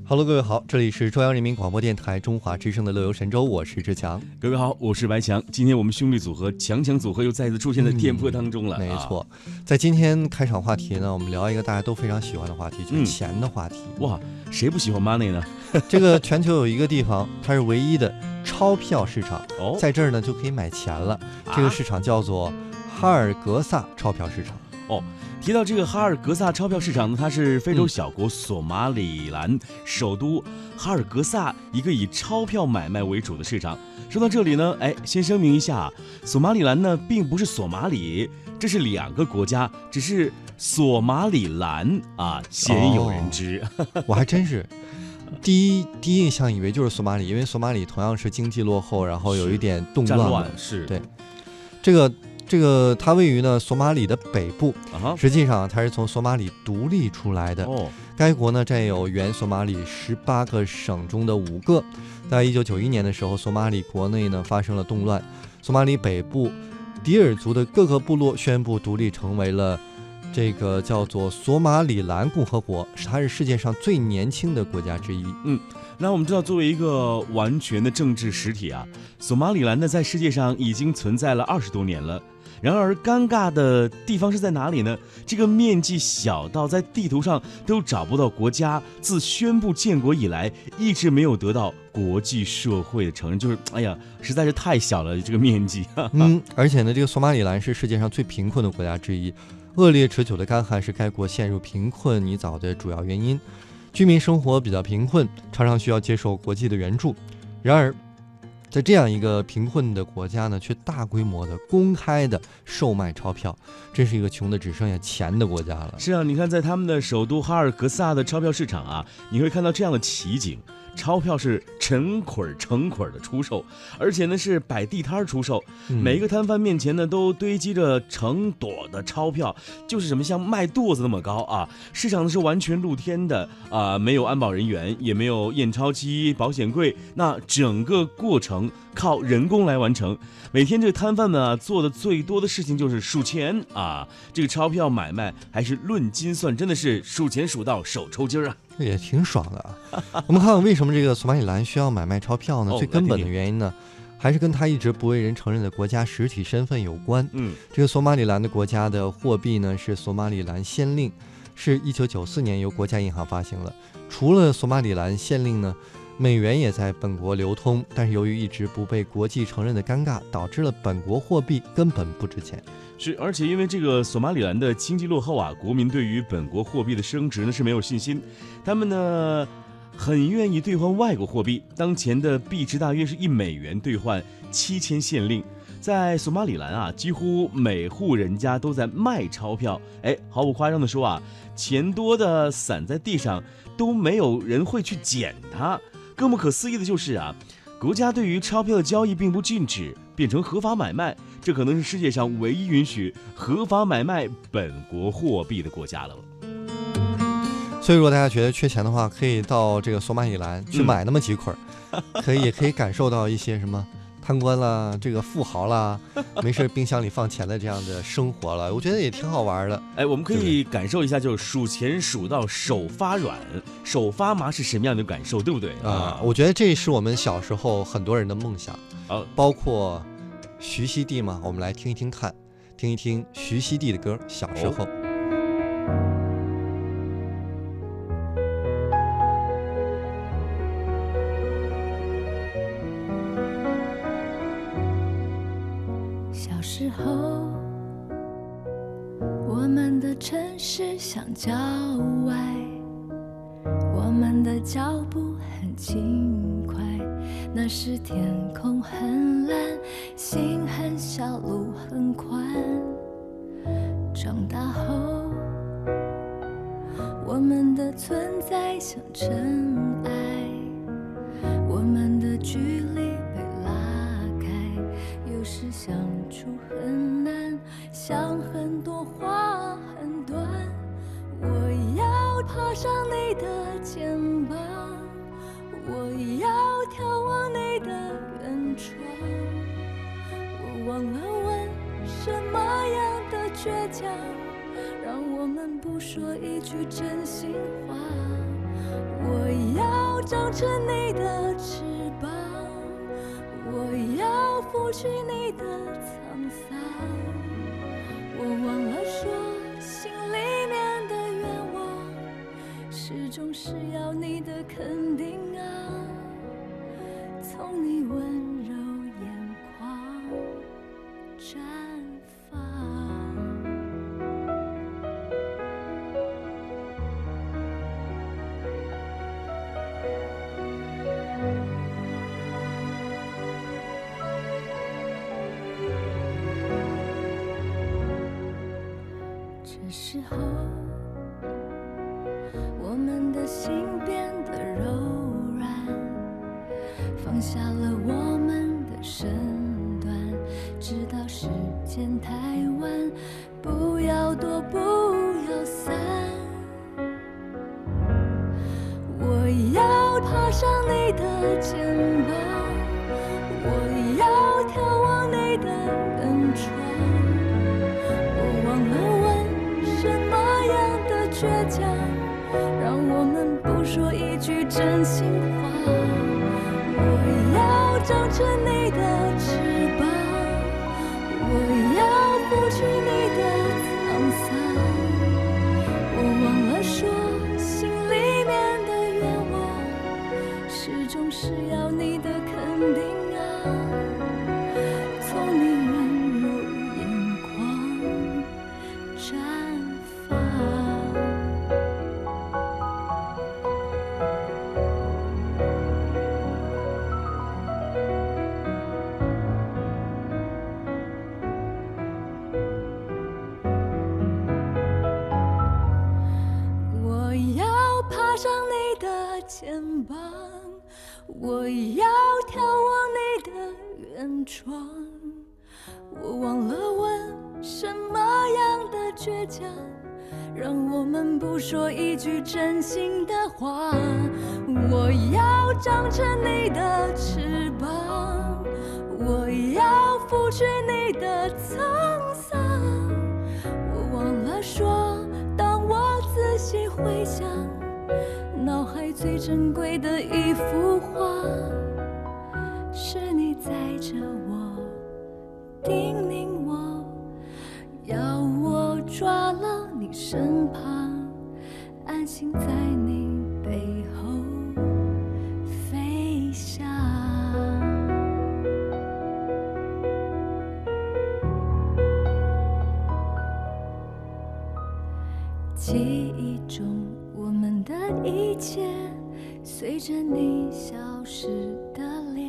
Hello， 各位好，这里是中央人民广播电台中华之声的乐游神州，我是志强。 各位好，我是白强。今天我们兄弟组合强组合又再次出现在电波当中了。 没错，在今天开场话题呢，我们聊一个大家都非常喜欢的话题，就是钱的话题。 哇，谁不喜欢 money 呢？ 这个全球有一个地方，它是唯一的钞票市场，在这儿呢就可以买钱了。这个市场叫做哈尔格萨钞票市场。 提到这个哈尔格萨钞票市场呢，它是非洲小国索马里兰首都哈尔格萨一个以钞票买卖为主的市场。说到这里呢，先声明一下，索马里兰呢并不是索马里，这是两个国家，只是索马里兰鲜有人知。 我还真是第一印象以为就是索马里，因为索马里同样是经济落后，然后有一点动乱， 是对这个它位于呢索马里的北部，实际上它是从索马里独立出来的。该国呢占有原索马里18个省中的5个。在1991年的时候，索马里国内呢发生了动乱，索马里北部迪尔族的各个部落宣布独立，成为了这个叫做索马里兰共和国，它是世界上最年轻的国家之一。 那我们知道，作为一个完全的政治实体索马里兰呢在世界上已经存在了20多年了。然而尴尬的地方是在哪里呢？这个面积小到在地图上都找不到国家，自宣布建国以来一直没有得到国际社会的承认，就是实在是太小了这个面积。 而且呢，这个索马里兰是世界上最贫困的国家之一，恶劣持久的干旱是该国陷入贫困泥沼的主要原因，居民生活比较贫困，常常需要接受国际的援助。然而在这样一个贫困的国家呢，却大规模的公开的售卖钞票，真是一个穷的只剩下钱的国家了。 是啊，你看在他们的首都哈尔格萨的钞票市场你会看到这样的奇景，钞票是成捆的出售，而且呢是摆地摊出售，每一个摊贩面前呢都堆积着成垛的钞票，就是什么像卖垛子那么高市场呢是完全露天的没有安保人员，也没有验钞机、保险柜，那整个过程靠人工来完成。每天这个摊贩们做的最多的事情就是数钱这个钞票买卖还是论斤算，真的是数钱数到手抽筋也挺爽的我们看看为什么这个索马里兰需要买卖钞票呢？最根本的原因呢，还是跟他一直不为人承认的国家实体身份有关。这个索马里兰的国家的货币呢是索马里兰先令，是1994年由国家银行发行了。除了索马里兰先令呢，美元也在本国流通，但是由于一直不被国际承认的尴尬，导致了本国货币根本不值钱。 是，而且因为这个索马里兰的经济落后国民对于本国货币的升值呢是没有信心，他们呢很愿意兑换外国货币，当前的币值大约是1美元兑换7000现令。在索马里兰几乎每户人家都在卖钞票，毫不夸张的说钱多的散在地上都没有人会去捡它。更不可思议的就是国家对于钞票的交易并不禁止，变成合法买卖，这可能是世界上唯一允许合法买卖本国货币的国家了。 所以如果大家觉得缺钱的话，可以到这个索马里兰去买那么几捆也可以感受到一些什么贪官啦，这个富豪啦，没事冰箱里放钱的这样的生活了，我觉得也挺好玩的。 我们可以感受一下，就是数钱数到手发软、手发麻是什么样的感受，对不对我觉得这是我们小时候很多人的梦想包括徐熙娣嘛，我们来听一听看，听一听徐熙娣的歌，小时候。 小时候，我们的城市像郊外，我们的脚步很轻快，那时天空很蓝，心很小，路很宽。长大后，我们的存在像尘埃，我们的距离被拉开，有时相处很难，想很多话很短。我要爬上你的肩膀，我要眺望你的远窗。我忘了问什么样的倔强，让我们不说一句真心话。 我要长成你的翅膀，我要拂去你的沧桑。我忘了说，心里面的愿望，始终是要你的肯定啊，从你温柔眼眶绽放。这时候，我们的心变得柔软，放下了我们的身段，直到时间太晚，不要躲，不要散。我要爬上你的肩膀，我要眺望你的门窗。我忘了问，什么样的倔强，让我们不说一句真心话。我要长成你的翅膀，我要拂去你的沧桑。我忘了说，心里面的愿望，始终是要你的肯定啊，从你温柔眼眶绽放。我要爬上你的肩膀，我要眺望你的远窗。我忘了问，什么样的倔强，让我们不说一句真心的话。我要长成你的翅膀，我要拂去你的沧桑。我忘了说，当我仔细回想，脑海最珍贵的一幅画，是你载着我，叮咛我，要我抓牢你身旁，安心在你背后飞翔。记忆中我们的一切，随着你消失的脸